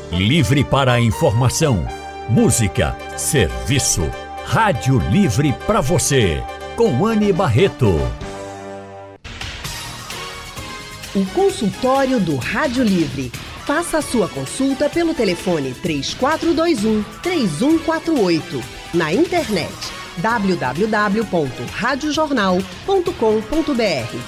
Livre para a informação, música, serviço. Rádio Livre para você, com Anne Barreto. O consultório do Rádio Livre. Faça a sua consulta pelo telefone 3421-3148. Na internet www.radiojornal.com.br.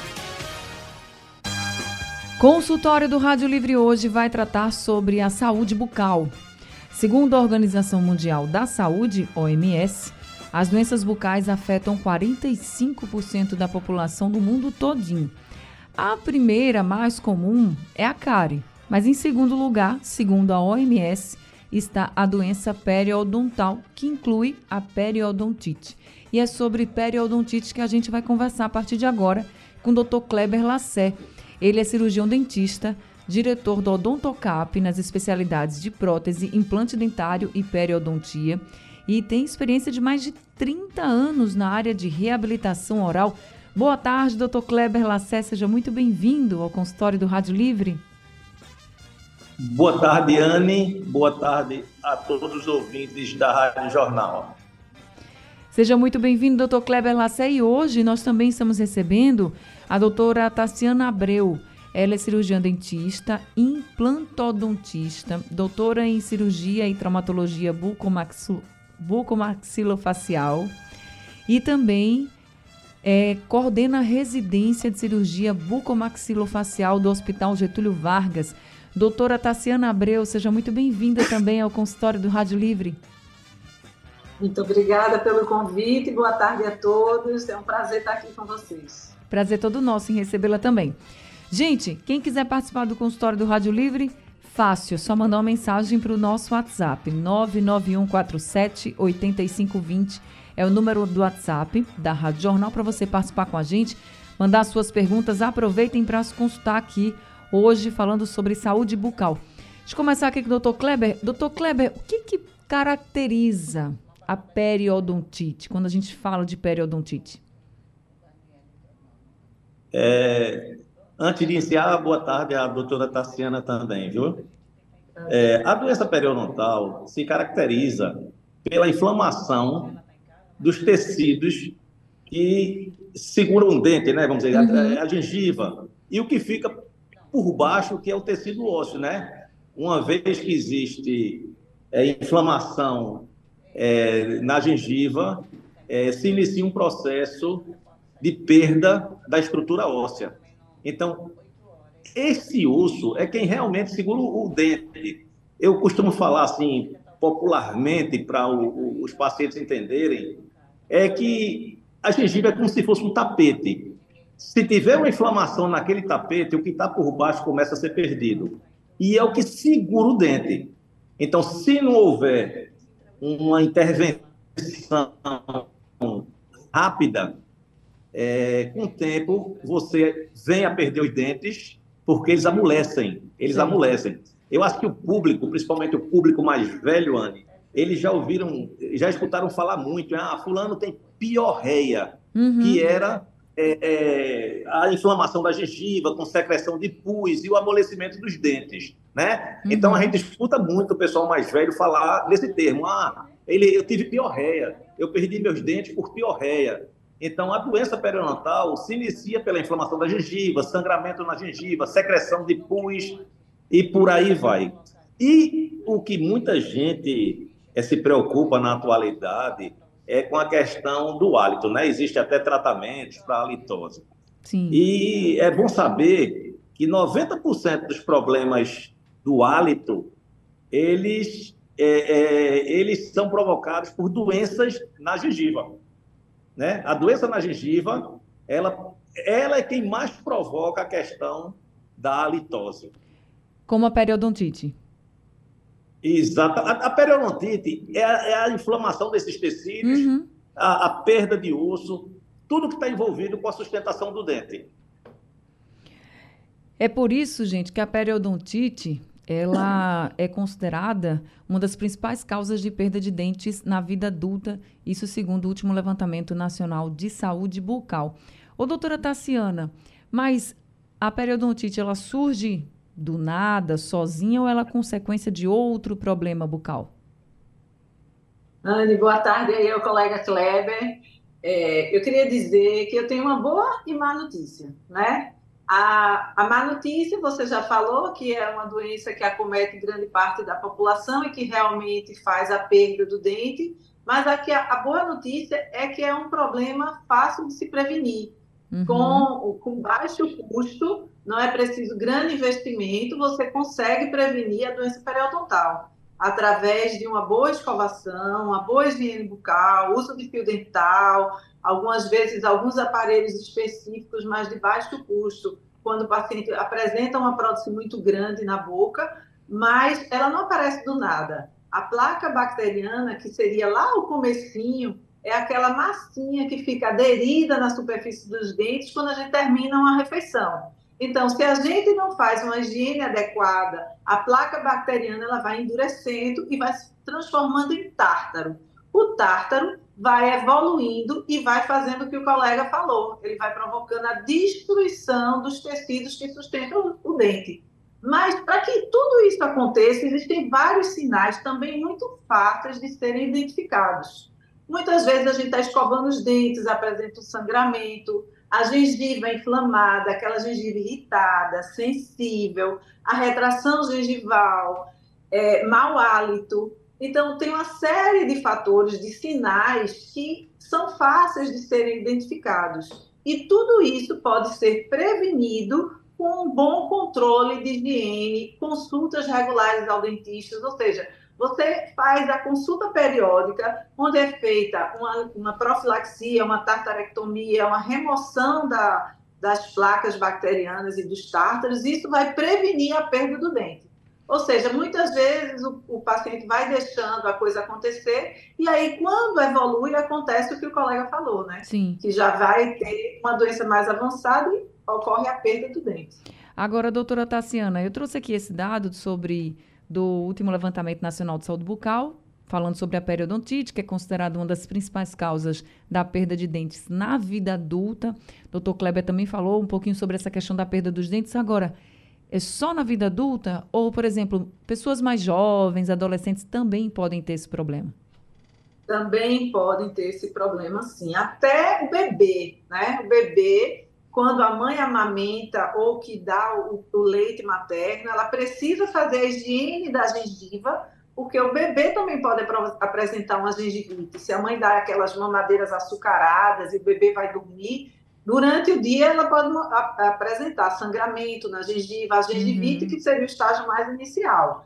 Consultório do Rádio Livre hoje vai tratar sobre a saúde bucal. Segundo a Organização Mundial da Saúde, OMS, as doenças bucais afetam 45% da população do mundo todinho. A primeira, mais comum, é a cárie, mas em segundo lugar, segundo a OMS, está a doença periodontal, que inclui a periodontite. E é sobre periodontite que a gente vai conversar a partir de agora com o Dr. Kleber Lassé. Ele é cirurgião dentista, diretor do Odontocap nas especialidades de prótese, implante dentário e periodontia e tem experiência de mais de 30 anos na área de reabilitação oral. Boa tarde, Dr. Kleber Lassé, seja muito bem-vindo ao consultório do Rádio Livre. Boa tarde, Anne. Boa tarde a todos os ouvintes da Rádio Jornal. Seja muito bem-vindo, Dr. Kleber Lassé, e hoje nós também estamos recebendo a doutora Tassiana Abreu. Ela é cirurgiã dentista, implantodontista, doutora em cirurgia e traumatologia bucomaxilofacial e também coordena a residência de cirurgia bucomaxilofacial do Hospital Getúlio Vargas. Doutora Tassiana Abreu, seja muito bem-vinda também ao consultório do Rádio Livre. Muito obrigada pelo convite, boa tarde a todos, é um prazer estar aqui com vocês. Prazer todo nosso em recebê-la também. Gente, quem quiser participar do consultório do Rádio Livre, fácil, é só mandar uma mensagem para o nosso WhatsApp, 991478520, é o número do WhatsApp da Rádio Jornal para você participar com a gente, mandar suas perguntas, aproveitem para se consultar aqui hoje falando sobre saúde bucal. Deixa eu começar aqui com o Dr. Kleber. Dr. Kleber, o que caracteriza a periodontite, quando a gente fala de periodontite? Antes de iniciar, boa tarde à doutora Tassiana também, viu? A doença periodontal se caracteriza pela inflamação dos tecidos que seguram o dente, né? Vamos dizer, a gengiva. E o que fica por baixo, que é o tecido ósseo, né? Uma vez que existe inflamação na gengiva, se inicia um processo de perda da estrutura óssea. Então, esse osso é quem realmente segura o dente. Eu costumo falar assim, popularmente, para os pacientes entenderem, é que a gengiva é como se fosse um tapete. Se tiver uma inflamação naquele tapete, o que está por baixo começa a ser perdido. E é o que segura o dente. Então, se não houver uma intervenção rápida, com o tempo, você vem a perder os dentes, porque eles amolecem. Amolecem. Eu acho que o público, principalmente o público mais velho, Anne, eles já escutaram falar muito, fulano tem piorreia, que era a inflamação da gengiva, com secreção de pus e o amolecimento dos dentes, né? Então, a gente escuta muito o pessoal mais velho falar nesse termo, eu tive piorreia, eu perdi meus dentes por piorreia. Então, a doença periodontal se inicia pela inflamação da gengiva, sangramento na gengiva, secreção de pus e por aí vai. E o que muita gente se preocupa na atualidade é com a questão do hálito, né? Existe até tratamentos para halitose. Sim. E é bom saber que 90% dos problemas do hálito, eles são provocados por doenças na gengiva, né? A doença na gengiva, ela é quem mais provoca a questão da halitose. Como a periodontite. Exato. A periodontite é a inflamação desses tecidos, a perda de osso, tudo que está envolvido com a sustentação do dente. É por isso, gente, que a periodontite, ela é considerada uma das principais causas de perda de dentes na vida adulta, isso segundo o último levantamento nacional de saúde bucal. Ô, doutora Tassiana, mas a periodontite, ela surge do nada, sozinha, ou ela é consequência de outro problema bucal? Anne, boa tarde aí ao colega Kleber. Eu queria dizer que eu tenho uma boa e má notícia, né? A má notícia, você já falou, que é uma doença que acomete grande parte da população e que realmente faz a perda do dente, mas a boa notícia é que é um problema fácil de se prevenir. Com baixo custo, não é preciso grande investimento, você consegue prevenir a doença periodontal através de uma boa escovação, uma boa higiene bucal, uso de fio dental, algumas vezes alguns aparelhos específicos, mas de baixo custo, quando o paciente apresenta uma prótese muito grande na boca, mas ela não aparece do nada. A placa bacteriana, que seria lá o comecinho, é aquela massinha que fica aderida na superfície dos dentes quando a gente termina uma refeição. Então, se a gente não faz uma higiene adequada, a placa bacteriana ela vai endurecendo e vai se transformando em tártaro. O tártaro vai evoluindo e vai fazendo o que o colega falou. Ele vai provocando a destruição dos tecidos que sustentam o dente. Mas, para que tudo isso aconteça, existem vários sinais também muito fáceis de serem identificados. Muitas vezes a gente está escovando os dentes, apresenta um sangramento, a gengiva inflamada, aquela gengiva irritada, sensível, a retração gengival, mau hálito. Então, tem uma série de fatores, de sinais que são fáceis de serem identificados. E tudo isso pode ser prevenido com um bom controle de higiene, consultas regulares ao dentista, ou seja, você faz a consulta periódica, onde é feita uma profilaxia, uma tartarectomia, uma remoção das placas bacterianas e dos tártaros, e isso vai prevenir a perda do dente. Ou seja, muitas vezes o paciente vai deixando a coisa acontecer, e aí quando evolui, acontece o que o colega falou, né? Sim. Que já vai ter uma doença mais avançada e ocorre a perda do dente. Agora, doutora Tassiana, eu trouxe aqui esse dado do último levantamento nacional de saúde bucal, falando sobre a periodontite, que é considerada uma das principais causas da perda de dentes na vida adulta. Dr. Kleber também falou um pouquinho sobre essa questão da perda dos dentes. Agora, é só na vida adulta? Ou, por exemplo, pessoas mais jovens, adolescentes, também podem ter esse problema? Também podem ter esse problema, sim. Até o bebê, né? O bebê, quando a mãe amamenta ou que dá o leite materno, ela precisa fazer a higiene da gengiva, porque o bebê também pode apresentar uma gengivite. Se a mãe dá aquelas mamadeiras açucaradas e o bebê vai dormir, durante o dia ela pode apresentar sangramento na gengiva, a gengivite, que seria o estágio mais inicial.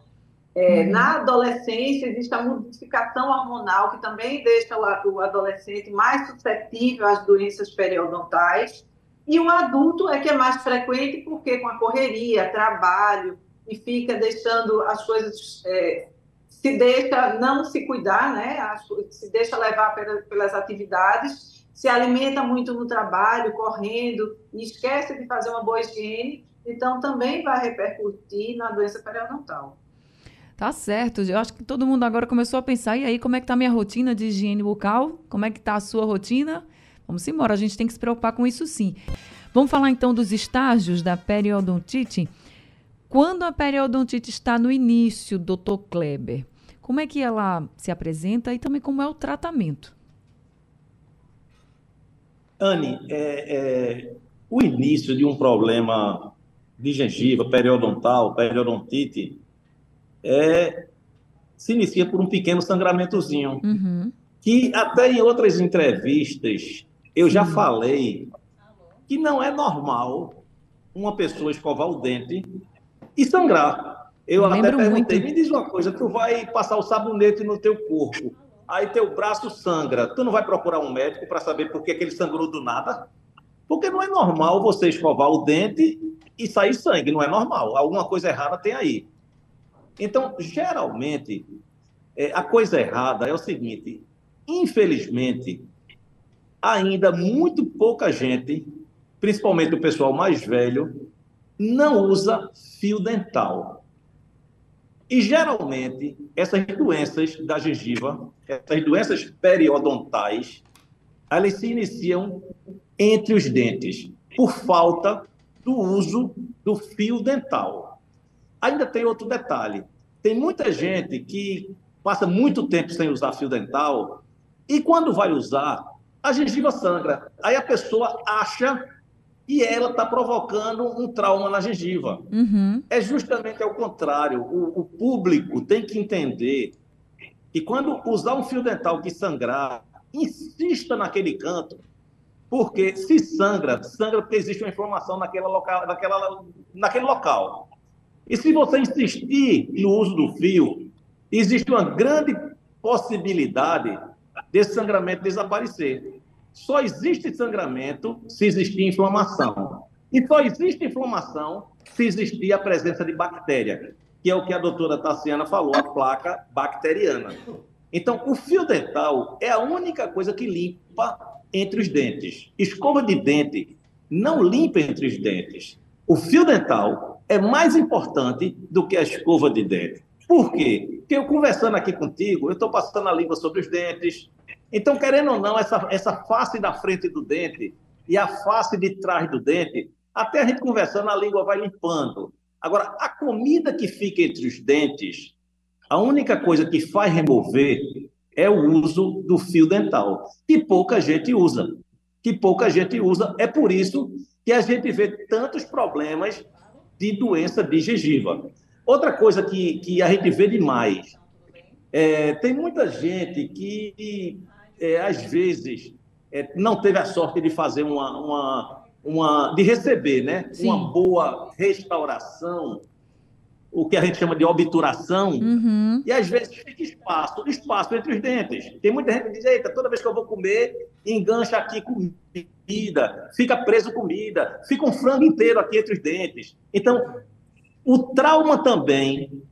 Na adolescência, existe a modificação hormonal, que também deixa o adolescente mais suscetível às doenças periodontais. E o adulto é que é mais frequente, porque com a correria, trabalho, e fica deixando as coisas, se deixa não se cuidar, né? Se deixa levar pelas atividades, se alimenta muito no trabalho, correndo, e esquece de fazer uma boa higiene, então também vai repercutir na doença periodontal. Tá certo, eu acho que todo mundo agora começou a pensar, e aí, como é que tá a minha rotina de higiene bucal? Como é que tá a sua rotina? Vamos embora, a gente tem que se preocupar com isso sim. Vamos falar então dos estágios da periodontite. Quando a periodontite está no início, Dr. Kleber, como é que ela se apresenta e também como é o tratamento? Anne, o início de um problema de gengiva, periodontal, periodontite, se inicia por um pequeno sangramentozinho, que até em outras entrevistas eu já falei que não é normal uma pessoa escovar o dente e sangrar. Eu até perguntei, me diz uma coisa, tu vai passar o sabonete no teu corpo, aí teu braço sangra, tu não vai procurar um médico para saber por que ele sangrou do nada? Porque não é normal você escovar o dente e sair sangue, não é normal. Alguma coisa errada tem aí. Então, geralmente, a coisa errada é o seguinte: infelizmente, ainda muito pouca gente, principalmente o pessoal mais velho, não usa fio dental. E, geralmente, essas doenças da gengiva, essas doenças periodontais, elas se iniciam entre os dentes, por falta do uso do fio dental. Ainda tem outro detalhe. Tem muita gente que passa muito tempo sem usar fio dental e quando vai usar, a gengiva sangra. Aí a pessoa acha que ela está provocando um trauma na gengiva. Uhum. É justamente ao contrário. O público tem que entender que quando usar um fio dental que sangrar, insista naquele canto, porque se sangra, sangra porque existe uma inflamação naquele local. E se você insistir no uso do fio, existe uma grande possibilidade desse sangramento desaparecer. Só existe sangramento se existir inflamação. E só existe inflamação se existir a presença de bactéria, que é o que a doutora Tassiana falou, a placa bacteriana. Então, o fio dental é a única coisa que limpa entre os dentes. Escova de dente não limpa entre os dentes. O fio dental é mais importante do que a escova de dente. Por quê? Porque eu conversando aqui contigo, eu estou passando a língua sobre os dentes. Então, querendo ou não, essa face da frente do dente e a face de trás do dente, até a gente conversando, a língua vai limpando. Agora, a comida que fica entre os dentes, a única coisa que faz remover é o uso do fio dental, que pouca gente usa. É por isso que a gente vê tantos problemas de doença de gengiva. Outra coisa que a gente vê demais, tem muita gente que, às vezes, não teve a sorte de fazer de receber, né? Sim. Uma boa restauração, o que a gente chama de obturação, Uhum. e às vezes fica espaço entre os dentes. Tem muita gente que diz, eita, toda vez que eu vou comer, engancha aqui comida, fica preso comida, fica um frango inteiro aqui entre os dentes. Então, o trauma também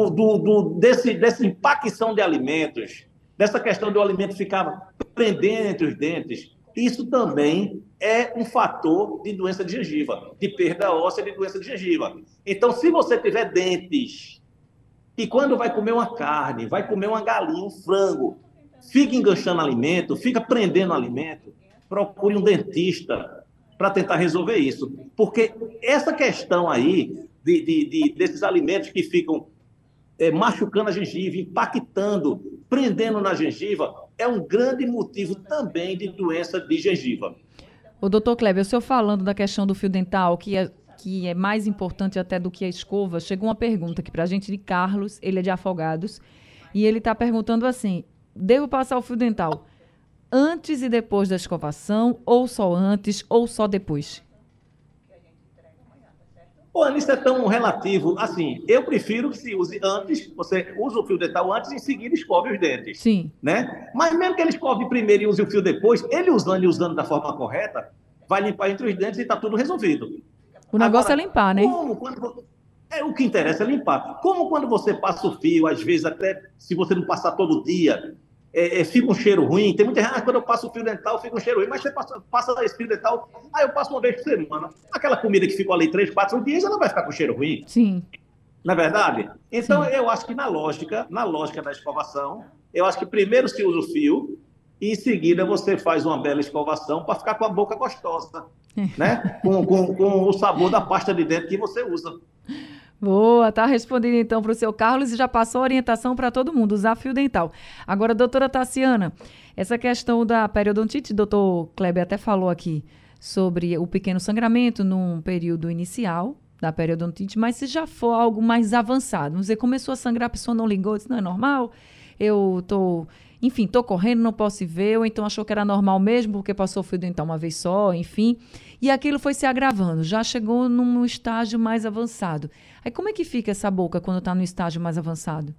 dessa impacção de alimentos, dessa questão do alimento ficar prendendo entre os dentes, isso também é um fator de doença de gengiva, de perda óssea de doença de gengiva. Então, se você tiver dentes e quando vai comer uma carne, vai comer uma galinha, um frango, fica enganchando alimento, fica prendendo alimento, procure um dentista para tentar resolver isso. Porque essa questão aí desses alimentos que ficam machucando a gengiva, impactando, prendendo na gengiva, é um grande motivo também de doença de gengiva. O doutor Kleber, o senhor falando da questão do fio dental, que é mais importante até do que a escova, chegou uma pergunta aqui para a gente de Carlos, ele é de Afogados, e ele está perguntando assim, devo passar o fio dental antes e depois da escovação, ou só antes, ou só depois? Pô, isso é tão relativo. Assim, eu prefiro que se use antes, você usa o fio dental antes e em seguida escove os dentes. Sim. Né? Mas mesmo que ele escove primeiro e use o fio depois, ele usando da forma correta, vai limpar entre os dentes e está tudo resolvido. O negócio é limpar, né? O que interessa é limpar. Como quando você passa o fio, às vezes até se você não passar todo dia, fica um cheiro ruim. Tem muita gente, quando eu passo o fio dental, fica um cheiro ruim, mas você passa esse fio dental, eu passo uma vez por semana. Aquela comida que ficou ali 3, 4 dias, ela vai ficar com cheiro ruim. Sim. Não é verdade? Então, Sim. Eu acho que na lógica da escovação, eu acho que primeiro se usa o fio e em seguida você faz uma bela escovação para ficar com a boca gostosa, né? Com o sabor da pasta de dente que você usa. Boa, tá respondendo então para o seu Carlos e já passou a orientação para todo mundo, usar fio dental. Agora, doutora Tassiana, essa questão da periodontite, doutor Kleber até falou aqui sobre o pequeno sangramento num período inicial da periodontite, mas se já for algo mais avançado, vamos dizer, começou a sangrar, a pessoa não ligou, disse, não é normal, eu tô correndo, não posso ver, ou então achou que era normal mesmo, porque passou o fio dental uma vez só, enfim, e aquilo foi se agravando, já chegou num estágio mais avançado. Aí como é que fica essa boca quando está no estágio mais avançado?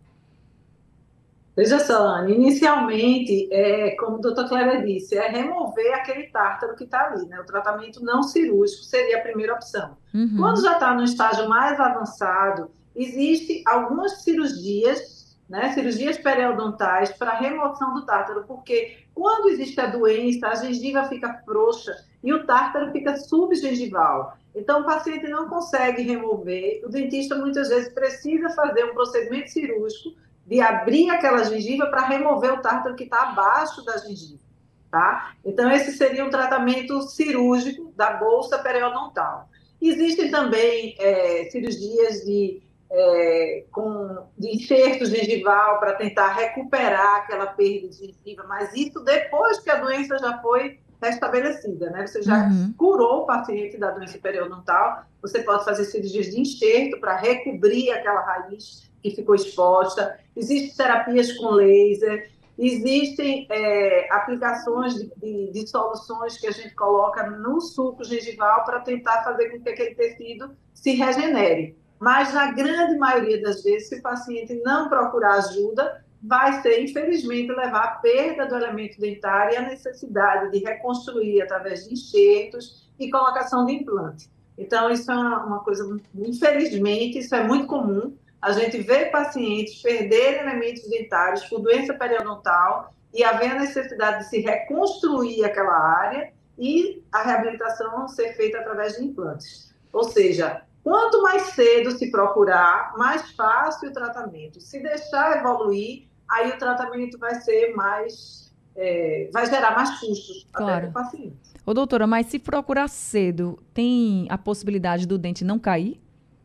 Veja só, Anne, inicialmente, como o doutor Kleber disse, é remover aquele tártaro que está ali, né? O tratamento não cirúrgico seria a primeira opção. Uhum. Quando já está no estágio mais avançado, existem algumas cirurgias, né? Cirurgias periodontais para remoção do tártaro, porque quando existe a doença, a gengiva fica frouxa e o tártaro fica subgengival. Então, o paciente não consegue remover, o dentista muitas vezes precisa fazer um procedimento cirúrgico de abrir aquela gengiva para remover o tártaro que está abaixo da gengiva, tá? Então, esse seria um tratamento cirúrgico da bolsa periodontal. Existem também cirurgias de de enxerto gengival para tentar recuperar aquela perda de gengiva, mas isso depois que a doença já foi restabelecida, né? Você já curou o paciente da doença periodontal, você pode fazer cirurgias de enxerto para recobrir aquela raiz que ficou exposta. Existem terapias com laser, existem aplicações de soluções que a gente coloca no suco gengival para tentar fazer com que aquele tecido se regenere. Mas, na grande maioria das vezes, se o paciente não procurar ajuda, vai ser, infelizmente, levar à perda do elemento dentário e a necessidade de reconstruir através de enxertos e colocação de implante. Então, isso é uma coisa, infelizmente, isso é muito comum. A gente vê pacientes perderem elementos dentários por doença periodontal e haver a necessidade de se reconstruir aquela área e a reabilitação ser feita através de implantes. Ou seja, quanto mais cedo se procurar, mais fácil o tratamento. Se deixar evoluir, aí o tratamento vai ser mais... vai gerar mais custos até para o paciente. Ô, doutora, mas se procurar cedo, tem a possibilidade do dente não cair?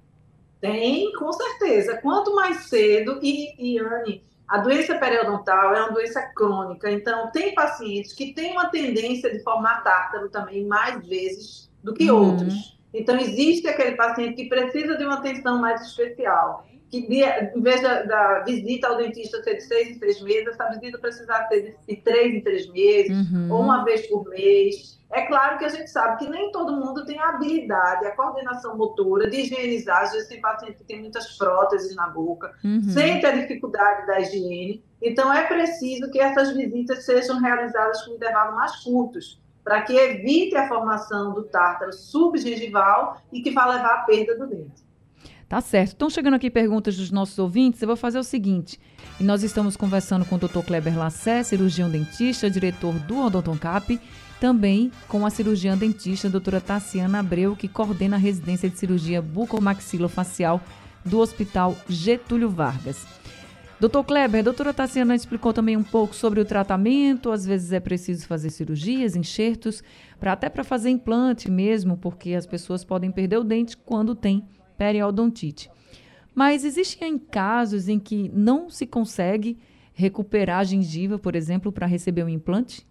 Tem, com certeza. Quanto mais cedo, e Anne, a doença periodontal é uma doença crônica, então tem pacientes que têm uma tendência de formar tártaro também mais vezes do que outros. Então, existe aquele paciente que precisa de uma atenção mais especial, que em vez da visita ao dentista ser de 6 em 3 meses, essa visita precisa ser de 3 em 3 meses, ou uma vez por mês. É claro que a gente sabe que nem todo mundo tem a habilidade, a coordenação motora de higienizar. Às vezes tem paciente que tem muitas próteses na boca, sente a dificuldade da higiene. Então, é preciso que essas visitas sejam realizadas com intervalos mais curtos, para que evite a formação do tártaro subgengival e que vá levar à perda do dente. Tá certo. Estão chegando aqui perguntas dos nossos ouvintes. Eu vou fazer o seguinte. E nós estamos conversando com o Dr. Kleber Lassé, cirurgião dentista, diretor do Odontoncap, também com a cirurgiã dentista, doutora Tassiana Abreu, que coordena a residência de cirurgia bucomaxilofacial do Hospital Getúlio Vargas. Doutor Kleber, a doutora Tassiana explicou também um pouco sobre o tratamento. Às vezes é preciso fazer cirurgias, enxertos, até para fazer implante mesmo, porque as pessoas podem perder o dente quando tem periodontite. Mas existem casos em que não se consegue recuperar a gengiva, por exemplo, para receber um implante?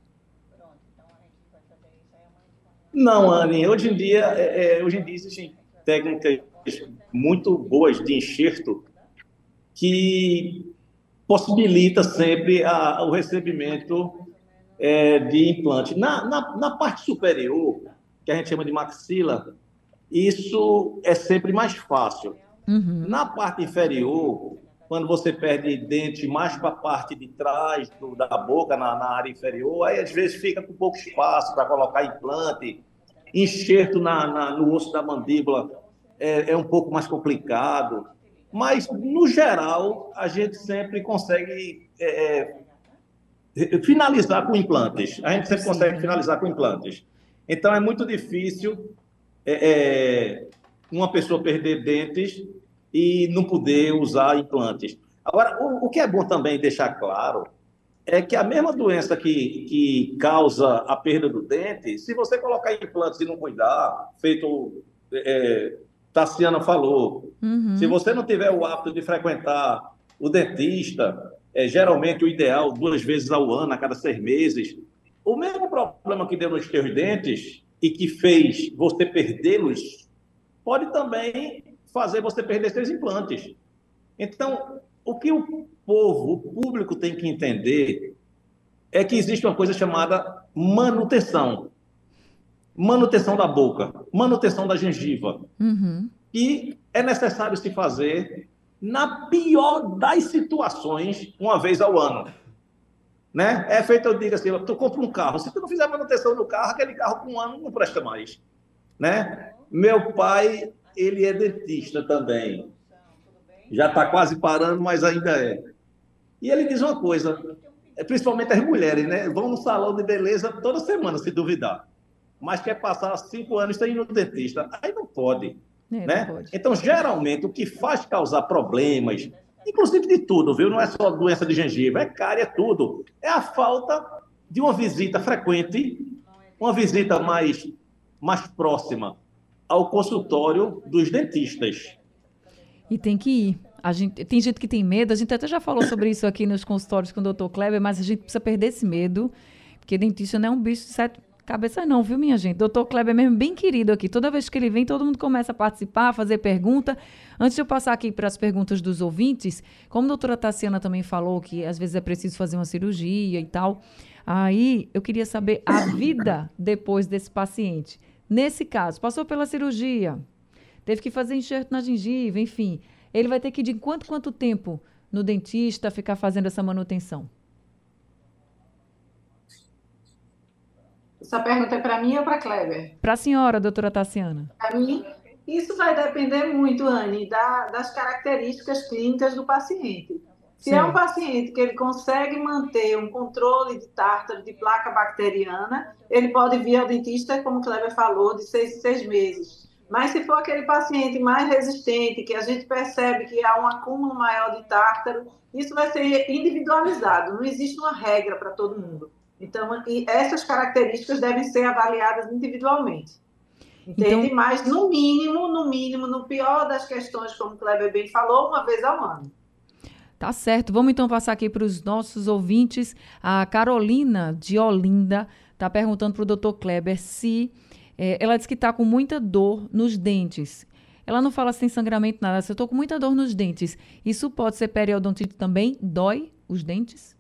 Não, Anne. Hoje em dia existem técnicas muito boas de enxerto que possibilita sempre o recebimento de implante. Na parte superior, que a gente chama de maxila, isso é sempre mais fácil. Na parte inferior, quando você perde dente mais para a parte de trás da boca, na área inferior, aí às vezes fica com pouco espaço para colocar implante. Enxerto no osso da mandíbula é um pouco mais complicado. Mas, no geral, a gente sempre consegue finalizar com implantes. A gente sempre consegue finalizar com implantes. Então, é muito difícil uma pessoa perder dentes e não poder usar implantes. Agora, o que é bom também deixar claro é que a mesma doença que causa a perda do dente, se você colocar implantes e não cuidar, feito... Tassiana falou, se você não tiver o hábito de frequentar o dentista, geralmente o ideal 2 vezes ao ano, a cada 6 meses, o mesmo problema que deu nos teus dentes e que fez você perdê-los, pode também fazer você perder seus implantes. Então, o que o público tem que entender é que existe uma coisa chamada manutenção. Manutenção da boca, manutenção da gengiva. E é necessário se fazer, na pior das situações, 1 vez ao ano. Né? É feito, eu digo assim, tu compra um carro, se tu não fizer manutenção do carro, aquele carro com 1 ano não presta mais. Né? Meu pai, ele é dentista também. Já está quase parando, mas ainda é. E ele diz uma coisa, principalmente as mulheres, né? Vão no salão de beleza toda semana, se duvidar. Mas quer passar 5 anos sem ir no dentista. Aí não pode. Né? Não pode. Então, geralmente, o que faz causar problemas, inclusive de tudo, viu? Não é só doença de gengiva, é cárie, é tudo. É a falta de uma visita frequente, uma visita mais próxima ao consultório dos dentistas. E tem que ir. Tem gente que tem medo, a gente até já falou sobre isso aqui nos consultórios com o doutor Kleber, mas a gente precisa perder esse medo, porque dentista não é um bicho de 7 cabeças não, viu, minha gente? Doutor Kleber é mesmo bem querido aqui. Toda vez que ele vem, todo mundo começa a participar, a fazer pergunta. Antes de eu passar aqui para as perguntas dos ouvintes, como a doutora Tassiana também falou que às vezes é preciso fazer uma cirurgia e tal, aí eu queria saber a vida depois desse paciente. Nesse caso, passou pela cirurgia, teve que fazer enxerto na gengiva, enfim. Ele vai ter que ir de quanto tempo no dentista ficar fazendo essa manutenção? Essa pergunta é para mim ou para Kleber? Para a senhora, doutora Tassiana. Para mim, isso vai depender muito, Anne, das características clínicas do paciente. Se é um paciente que ele consegue manter um controle de tártaro, de placa bacteriana, ele pode vir ao dentista, como o Kleber falou, de 6 em 6 meses. Mas se for aquele paciente mais resistente, que a gente percebe que há um acúmulo maior de tártaro, isso vai ser individualizado, não existe uma regra para todo mundo. Então, essas características devem ser avaliadas individualmente. Entende? Então, mas, no mínimo, no pior das questões, como o Kleber bem falou, uma vez ao ano. Tá certo. Vamos então passar aqui para os nossos ouvintes. A Carolina, de Olinda, está perguntando para o doutor Kleber se... ela disse que está com muita dor nos dentes. Ela não fala se tem sangramento, nada. Se eu estou com muita dor nos dentes, isso pode ser periodontite também? Dói os dentes?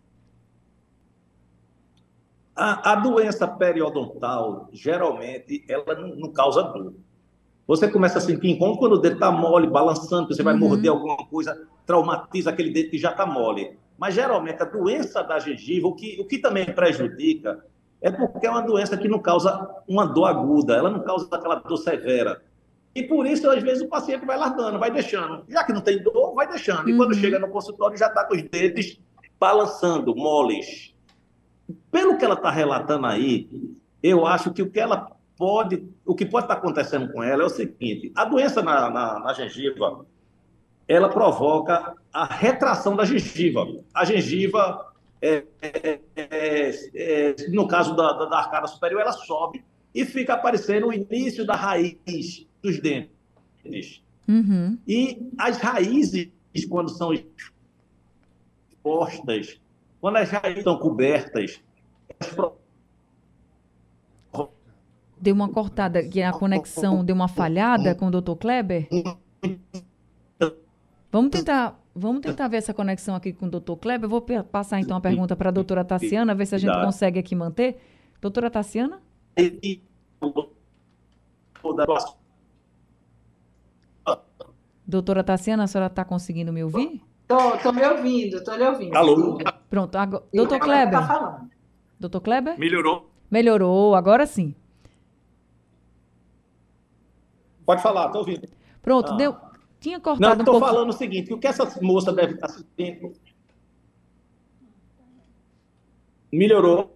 A doença periodontal, geralmente, ela não causa dor. Você começa a sentir incômodo quando o dedo está mole, balançando, você vai morder alguma coisa, traumatiza aquele dedo que já está mole. Mas, geralmente, a doença da gengiva, o que também prejudica, é porque é uma doença que não causa uma dor aguda, ela não causa aquela dor severa. E por isso, às vezes, o paciente vai largando, vai deixando. Já que não tem dor, vai deixando. E quando chega no consultório, já está com os dedos balançando, moles. Pelo que ela está relatando aí, eu acho que o que pode estar acontecendo com ela é o seguinte: a doença na gengiva, ela provoca a retração da gengiva. A gengiva, no caso da arcada superior, ela sobe e fica aparecendo o início da raiz dos dentes. E as raízes, quando são expostas, quando as raízes estão cobertas... Deu uma cortada, que a conexão deu uma falhada com o doutor Kleber? Vamos tentar ver essa conexão aqui com o doutor Kleber. Eu vou passar então a pergunta para a doutora Tassiana, ver se a gente consegue aqui manter. Doutora Tassiana? Doutora Tassiana, a senhora está conseguindo me ouvir? Estou lhe ouvindo. Alô? Pronto, agora, doutor Kleber. Tá falando. Doutor Kleber? Melhorou, agora sim. Pode falar, estou ouvindo. Pronto, tinha cortado Não, estou falando o seguinte: o que essa moça deve estar sentindo... Melhorou.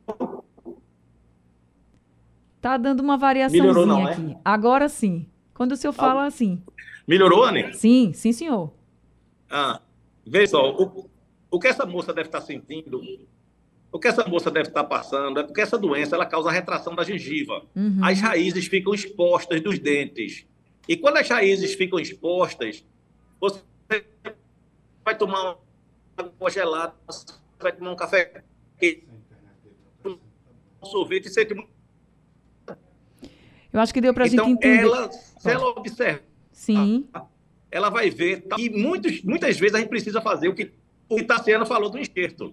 Tá dando uma variaçãozinha aqui. Né? Agora sim. Quando o senhor fala assim. Melhorou, Anny? Sim, senhor. Veja só, o que essa moça deve estar sentindo, o que essa moça deve estar passando, é porque essa doença ela causa a retração da gengiva. As raízes ficam expostas dos dentes. E quando as raízes ficam expostas, você vai tomar uma água gelada, você vai tomar um café, um sorvete e sente muito. Eu acho que deu para a gente entender. Se ela observar, sim, ela vai ver que muitas vezes a gente precisa fazer o que Tassiana falou do enxerto.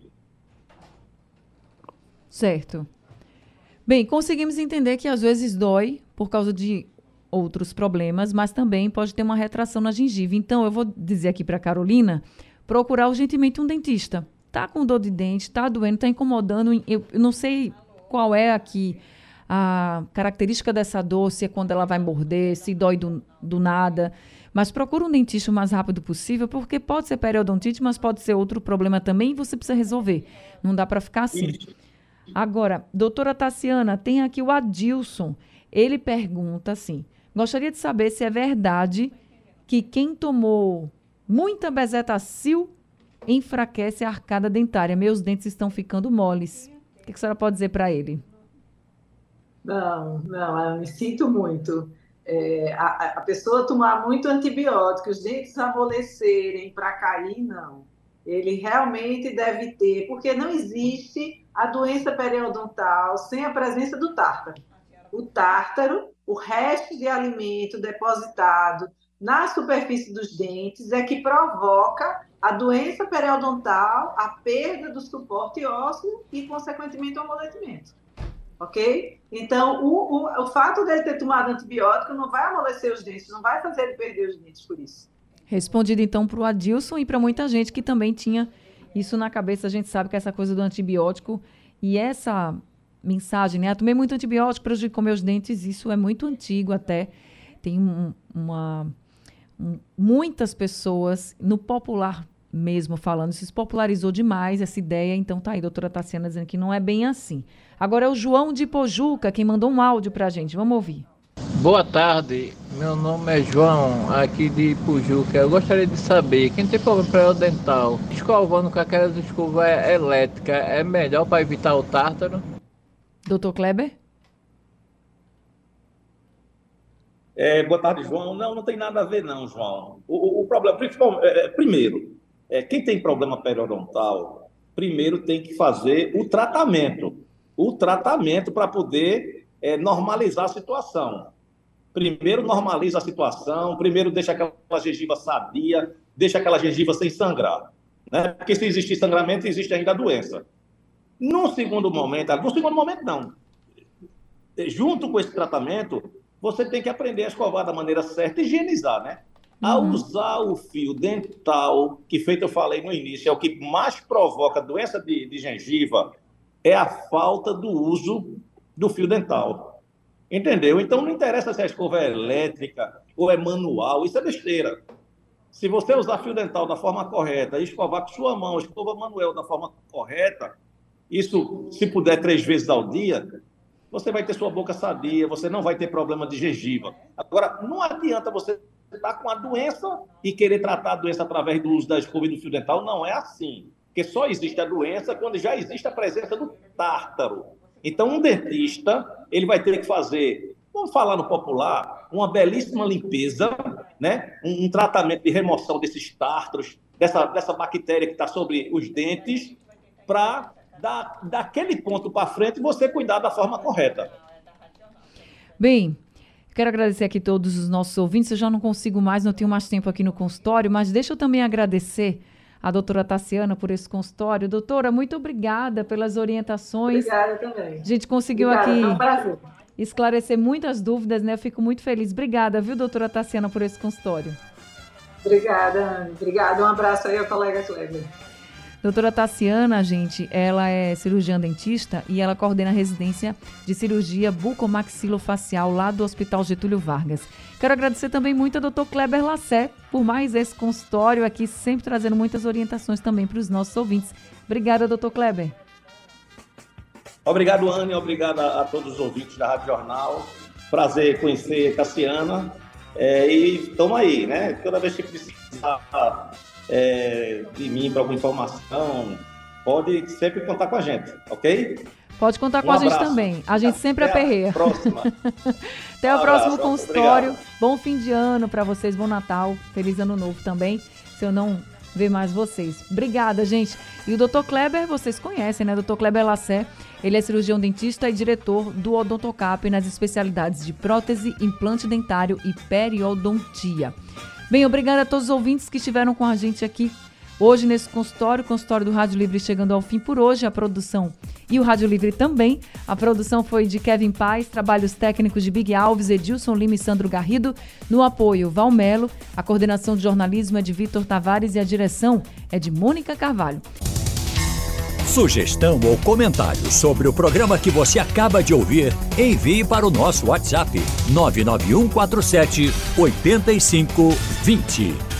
Certo. Bem, conseguimos entender que às vezes dói por causa de outros problemas, mas também pode ter uma retração na gengiva. Então, eu vou dizer aqui para a Carolina procurar urgentemente um dentista. Tá com dor de dente, tá doendo, tá incomodando. Eu não sei qual é aqui a característica dessa dor, se é quando ela vai morder, se dói do nada. Mas procura um dentista o mais rápido possível, porque pode ser periodontite, mas pode ser outro problema também e você precisa resolver. Não dá para ficar assim. Agora, doutora Tassiana, tem aqui o Adilson. Ele pergunta assim: gostaria de saber se é verdade que quem tomou muita bezetacil enfraquece a arcada dentária. Meus dentes estão ficando moles. O que a senhora pode dizer para ele? Não, eu me sinto muito. A pessoa tomar muito antibiótico, os dentes amolecerem para cair, não. Ele realmente deve ter, porque não existe a doença periodontal sem a presença do tártaro. O tártaro, o resto de alimento depositado na superfície dos dentes é que provoca a doença periodontal, a perda do suporte ósseo e, consequentemente, o amolecimento. Ok? Então, o fato dele ter tomado antibiótico não vai amolecer os dentes, não vai fazer ele perder os dentes por isso. Respondido, então, para o Adilson e para muita gente que também tinha isso na cabeça. A gente sabe que essa coisa do antibiótico e essa mensagem, né? Tomei muito antibiótico, prejudicou meus dentes. Isso é muito antigo até. Tem muitas pessoas, no popular mesmo falando, se popularizou demais essa ideia. Então tá aí, doutora Tassiana dizendo que não é bem assim. Agora é o João de Pojuca quem mandou um áudio pra gente. Vamos ouvir. Boa tarde, meu nome é João, aqui de Pojuca. Eu gostaria de saber, quem tem problema periodontal, escovando com aquelas escovas elétricas, é melhor para evitar o tártaro? Doutor Kleber? Boa tarde, João. Não tem nada a ver não, João. O problema, primeiro, quem tem problema periodontal, primeiro tem que fazer o tratamento para poder normalizar a situação. Primeiro normaliza a situação, primeiro deixa aquela gengiva sadia, deixa aquela gengiva sem sangrar, né? Porque se existir sangramento, existe ainda a doença. No segundo momento não. Junto com esse tratamento, você tem que aprender a escovar da maneira certa e higienizar, né? A usar o fio dental, que feito eu falei no início, é o que mais provoca doença de gengiva, é a falta do uso do fio dental. Entendeu? Então não interessa se a escova é elétrica ou é manual, isso é besteira. Se você usar fio dental da forma correta e escovar com sua mão, escova manual da forma correta, isso, se puder 3 vezes ao dia, você vai ter sua boca sadia, você não vai ter problema de gengiva. Agora, não adianta você estar com a doença e querer tratar a doença através do uso da escova e do fio dental, não é assim. Porque só existe a doença quando já existe a presença do tártaro. Então, um dentista, ele vai ter que fazer, vamos falar no popular, uma belíssima limpeza, né? Um tratamento de remoção desses tártaros, dessa bactéria que está sobre os dentes, para daquele ponto para frente você cuidar da forma correta. Bem, quero agradecer aqui todos os nossos ouvintes. Eu já não consigo mais, não tenho mais tempo aqui no consultório, mas deixa eu também agradecer a doutora Tassiana por esse consultório. Doutora, muito obrigada pelas orientações. Obrigada também. A gente conseguiu aqui esclarecer muitas dúvidas, né? Eu fico muito feliz. Obrigada, viu, doutora Tassiana, por esse consultório. Obrigada, Anne. Obrigada. Um abraço aí ao colega Kleber. Doutora Tassiana, gente, ela é cirurgiã dentista e ela coordena a residência de cirurgia bucomaxilofacial lá do Hospital Getúlio Vargas. Quero agradecer também muito ao doutor Kleber Lassé por mais esse consultório aqui, sempre trazendo muitas orientações também para os nossos ouvintes. Obrigada, doutor Kleber. Obrigado, Anne. Obrigado a todos os ouvintes da Rádio Jornal. Prazer conhecer Tassiana. E estamos aí, né? Toda vez que precisar de mim para alguma informação, pode sempre contar com a gente, ok? Pode contar com a gente também. A gente sempre aperreia. Até a próxima. Até o próximo consultório. Obrigado. Bom fim de ano para vocês, bom Natal, feliz ano novo também, se eu não ver mais vocês. Obrigada, gente. E o Dr. Kleber, vocês conhecem, né? Dr. Kleber Lassé, ele é cirurgião dentista e diretor do Odontocap nas especialidades de prótese, implante dentário e periodontia. Bem, obrigada a todos os ouvintes que estiveram com a gente aqui hoje nesse consultório, o consultório do Rádio Livre chegando ao fim por hoje, a produção e o Rádio Livre também. A produção foi de Kevin Paz, trabalhos técnicos de Big Alves, Edilson Lima e Sandro Garrido, no apoio Valmelo, a coordenação de jornalismo é de Vitor Tavares e a direção é de Mônica Carvalho. Sugestão ou comentário sobre o programa que você acaba de ouvir, envie para o nosso WhatsApp 99147 8520.